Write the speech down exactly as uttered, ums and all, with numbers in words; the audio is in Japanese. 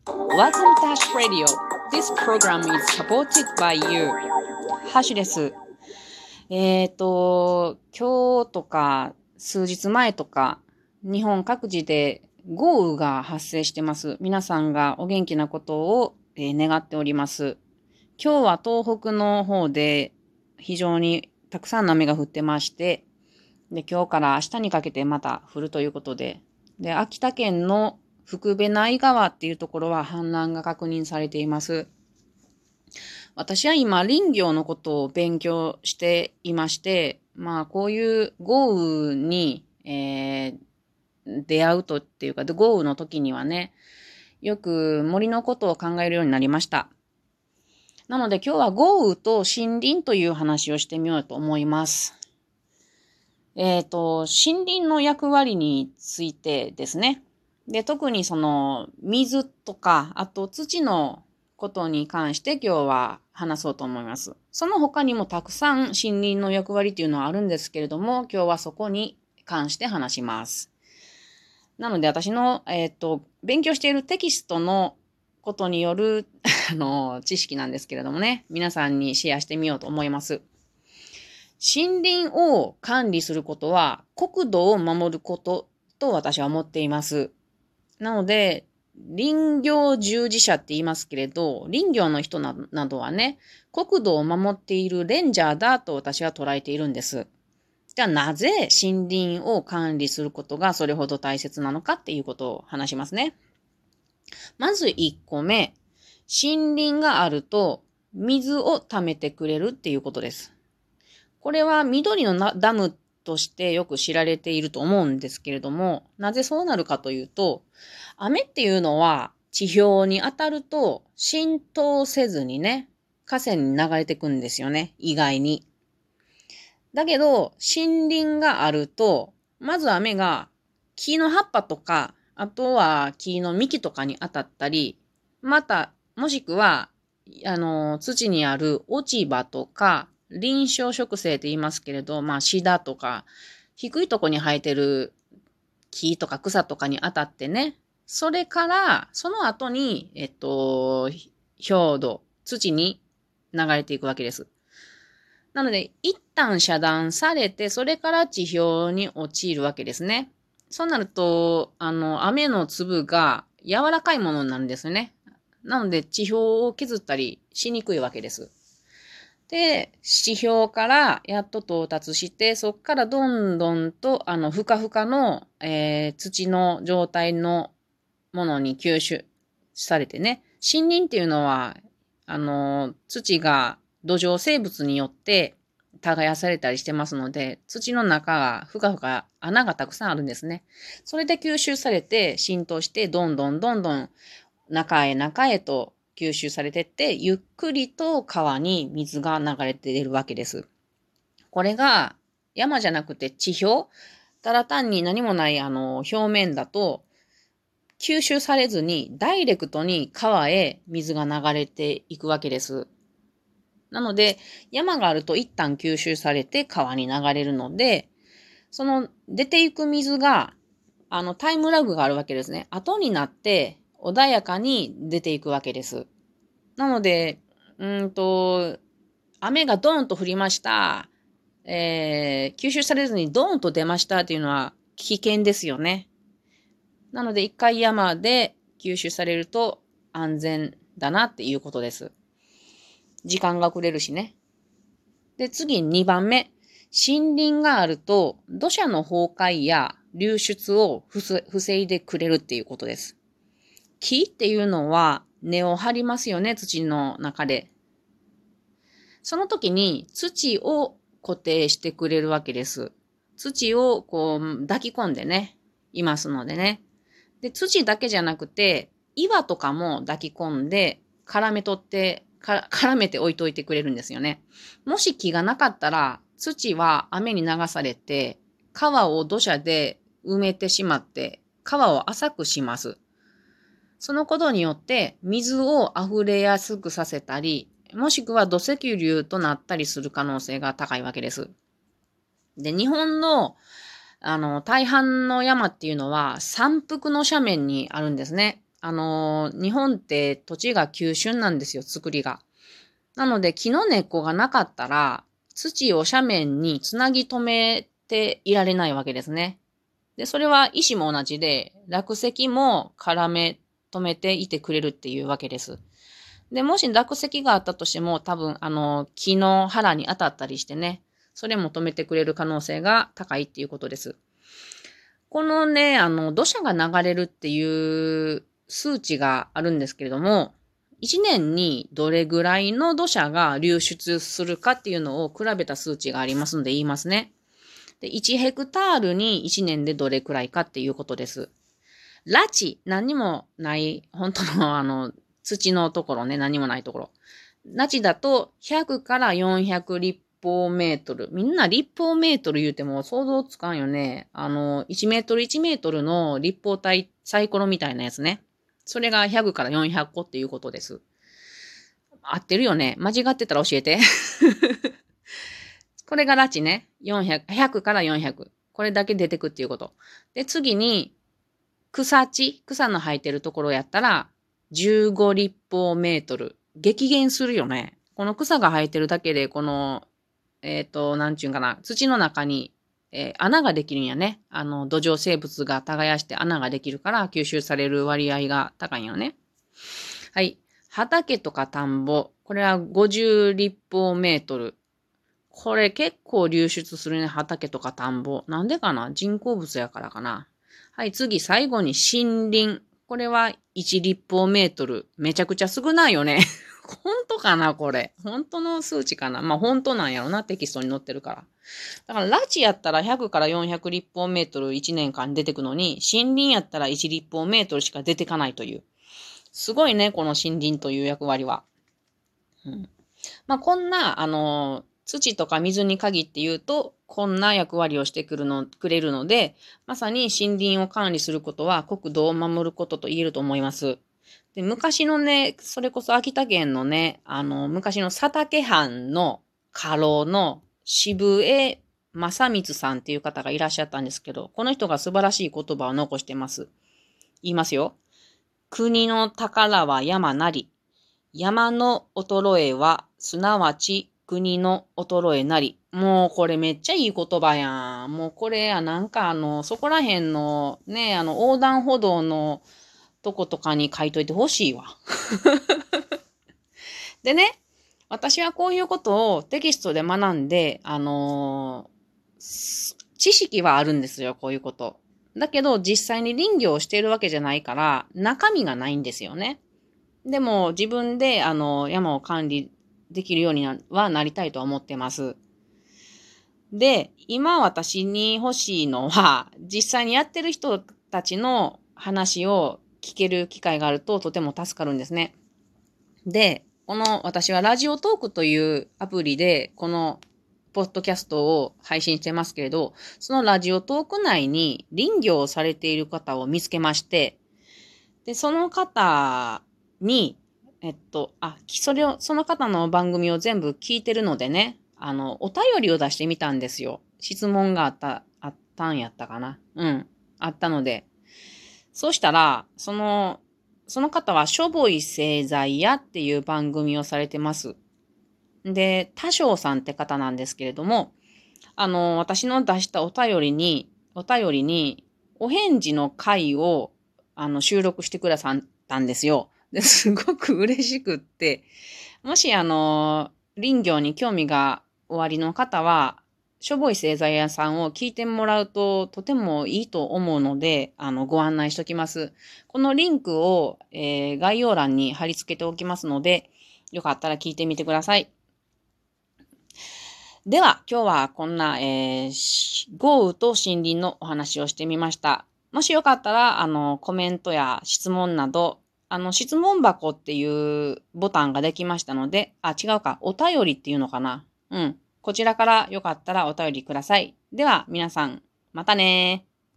Welcome to Hash Radio. This program is supported by you. ハッシュです。えっと、今日とか数日前とか、日本各地で豪雨が発生してます。皆さんがお元気なことを、えー願っております。今日は東北の方で非常にたくさんの雨が降ってまして、で、今日から明日にかけてまた降るということで、で、秋田県の福部内川っていうところは氾濫が確認されています。私は今林業のことを勉強していまして、まあこういう豪雨に、えー出会うとっていうか、豪雨の時にはね、よく森のことを考えるようになりました。なので今日は豪雨と森林という話をしてみようと思います。えっと、森林の役割についてですね。で、特にその水とか、あと土のことに関して今日は話そうと思います。その他にもたくさん森林の役割っていうのはあるんですけれども、今日はそこに関して話します。なので私の、えっと、勉強しているテキストのことによるあの知識なんですけれどもね、皆さんにシェアしてみようと思います。森林を管理することは国土を守ることと私は思っています。なので、林業従事者って言いますけれど、林業の人などはね、国土を守っているレンジャーだと私は捉えているんです。じゃあなぜ森林を管理することがそれほど大切なのかっていうことを話しますね。まずいっこめ、森林があると水を溜めてくれるっていうことです。これは緑のダムとしてよく知られていると思うんですけれども、なぜそうなるかというと、雨っていうのは地表に当たると浸透せずにね、河川に流れてくんですよね、意外に。だけど、森林があると、まず雨が木の葉っぱとか、あとは木の幹とかに当たったり、また、もしくは、あの、土にある落ち葉とか、臨床植生って言いますけれど、まあ、シダとか、低いとこに生えてる木とか草とかに当たってね、それから、その後に、えっと、表土、土に流れていくわけです。なので、一旦遮断されて、それから地表に落ちるわけですね。そうなると、あの、雨の粒が柔らかいものになるんですよね。なので、地表を削ったりしにくいわけです。で、地表からやっと到達して、そこからどんどんと、あの、ふかふかの、えー、土の状態のものに吸収されてね。森林っていうのは、あの、土が土壌生物によって耕されたりしてますので、土の中がふかふか穴がたくさんあるんですね。それで吸収されて浸透して、どんどんどんどん中へ中へと吸収されてって、ゆっくりと川に水が流れて出るわけです。これが山じゃなくて地表、ただ単に何もないあの表面だと、吸収されずにダイレクトに川へ水が流れていくわけです。なので、山があると一旦吸収されて川に流れるので、その出ていく水が、あのタイムラグがあるわけですね。後になって穏やかに出ていくわけです。なので、うんと、雨がドーンと降りました。えー、吸収されずにドーンと出ましたっていうのは危険ですよね。なので、一回山で吸収されると安全だなっていうことです。時間がくれるしね。で、次にばんめ。森林があると土砂の崩壊や流出を防いでくれるっていうことです。木っていうのは根を張りますよね、土の中で。その時に土を固定してくれるわけです。土をこう抱き込んでね、いますのでね。で、土だけじゃなくて、岩とかも抱き込んで、絡め取って、絡めて置いといてくれるんですよね。もし木がなかったら、土は雨に流されて、川を土砂で埋めてしまって、川を浅くします。そのことによって、水を溢れやすくさせたり、もしくは土石流となったりする可能性が高いわけです。で、日本のあの、大半の山っていうのは山腹の斜面にあるんですね。 あのー、日本って土地が急峻なんですよ、作りが。なので、木の根っこがなかったら、土を斜面につなぎ止めていられないわけですね。で、それは石も同じで、落石も絡め止めていてくれるっていうわけです。で、もし落石があったとしても、多分、あの、木の腹に当たったりしてね、それも止めてくれる可能性が高いっていうことです。このね、あの、土砂が流れるっていう数値があるんですけれども、いちねんにどれぐらいの土砂が流出するかっていうのを比べた数値がありますので言いますね。で、いちヘクタールにいちねんでどれくらいかっていうことです。裸地、何にもない、本当のあの、土のところね、何もないところ。裸地だとひゃくからよんひゃく立方メートル。みんな立方メートル言うても想像つかんよね。あの、いちメートルいちメートルの立方体、サイコロみたいなやつね。それがひゃくからよんひゃく個っていうことです。合ってるよね。間違ってたら教えて。これが拉致ね。よんひゃく、ひゃくからよんひゃく。これだけ出てくっていうこと。で、次に、草地、草の生えてるところやったら、じゅうご立方メートル。激減するよね。この草が生えてるだけで、この、えっ、ー、と、なんちゅうんかな、土の中に、えー、穴ができるんやね。あの、土壌生物が耕して穴ができるから吸収される割合が高いんよね。はい。畑とか田んぼ。これはごじゅう立方メートル。これ結構流出するね。畑とか田んぼ。なんでかな？人工物やからかな。はい、次、最後に森林。これはいち立方メートル。めちゃくちゃ少ないよね。本当かなこれ。本当の数値かな。まあ本当なんやろな。テキストに載ってるから。だから、拉致やったらひゃくからよんひゃく立方メートルいちねんかん出てくのに、森林やったらいち立方メートルしか出てかないという。すごいね、この森林という役割は。うん、まあこんな、あの、土とか水に限って言うと、こんな役割をしてくるの、くれるので、まさに森林を管理することは国土を守ることと言えると思います。で、昔のね、それこそ秋田県のね、あの、昔の佐竹藩の家老の渋江正光さんっていう方がいらっしゃったんですけど、この人が素晴らしい言葉を残してます。言いますよ。国の宝は山なり。山の衰えは、すなわち国の衰えなり。もうこれめっちゃいい言葉やん。もうこれやなんかあの、そこら辺のね、あの横断歩道のとことかに書いといてほしいわ。でね、私はこういうことをテキストで学んで、あのー、知識はあるんですよ、こういうこと。だけど実際に林業をしているわけじゃないから、中身がないんですよね。でも自分であの山を管理できるようにはなりたいと思ってます。で、今私に欲しいのは、実際にやってる人たちの話を聞ける機会があるととても助かるんですね。で、この私はラジオトークというアプリでこのポッドキャストを配信してますけれど、そのラジオトーク内に林業をされている方を見つけまして、で、その方に、えっと、あ、それを、その方の番組を全部聞いてるのでね、あの、お便りを出してみたんですよ。質問があった、あったんやったかな。うん。あったので。そうしたら、その、その方は、しょぼい製材屋っていう番組をされてます。で、多少さんって方なんですけれども、あの、私の出したお便りに、お便りに、お返事の回を、あの、収録してくださったんですよ。ですごく嬉しくって、もしあの、林業に興味がおありの方は、しょぼい製材屋さんを聞いてもらうととてもいいと思うので、あの、ご案内しときます。このリンクを、えー、概要欄に貼り付けておきますので、よかったら聞いてみてください。では、今日はこんな、えー、豪雨と森林のお話をしてみました。もしよかったら、あの、コメントや質問など、あの、質問箱っていうボタンができましたので、あ、違うか、お便りっていうのかな。うん。こちらからよかったらお便りください。では、皆さん、またねー。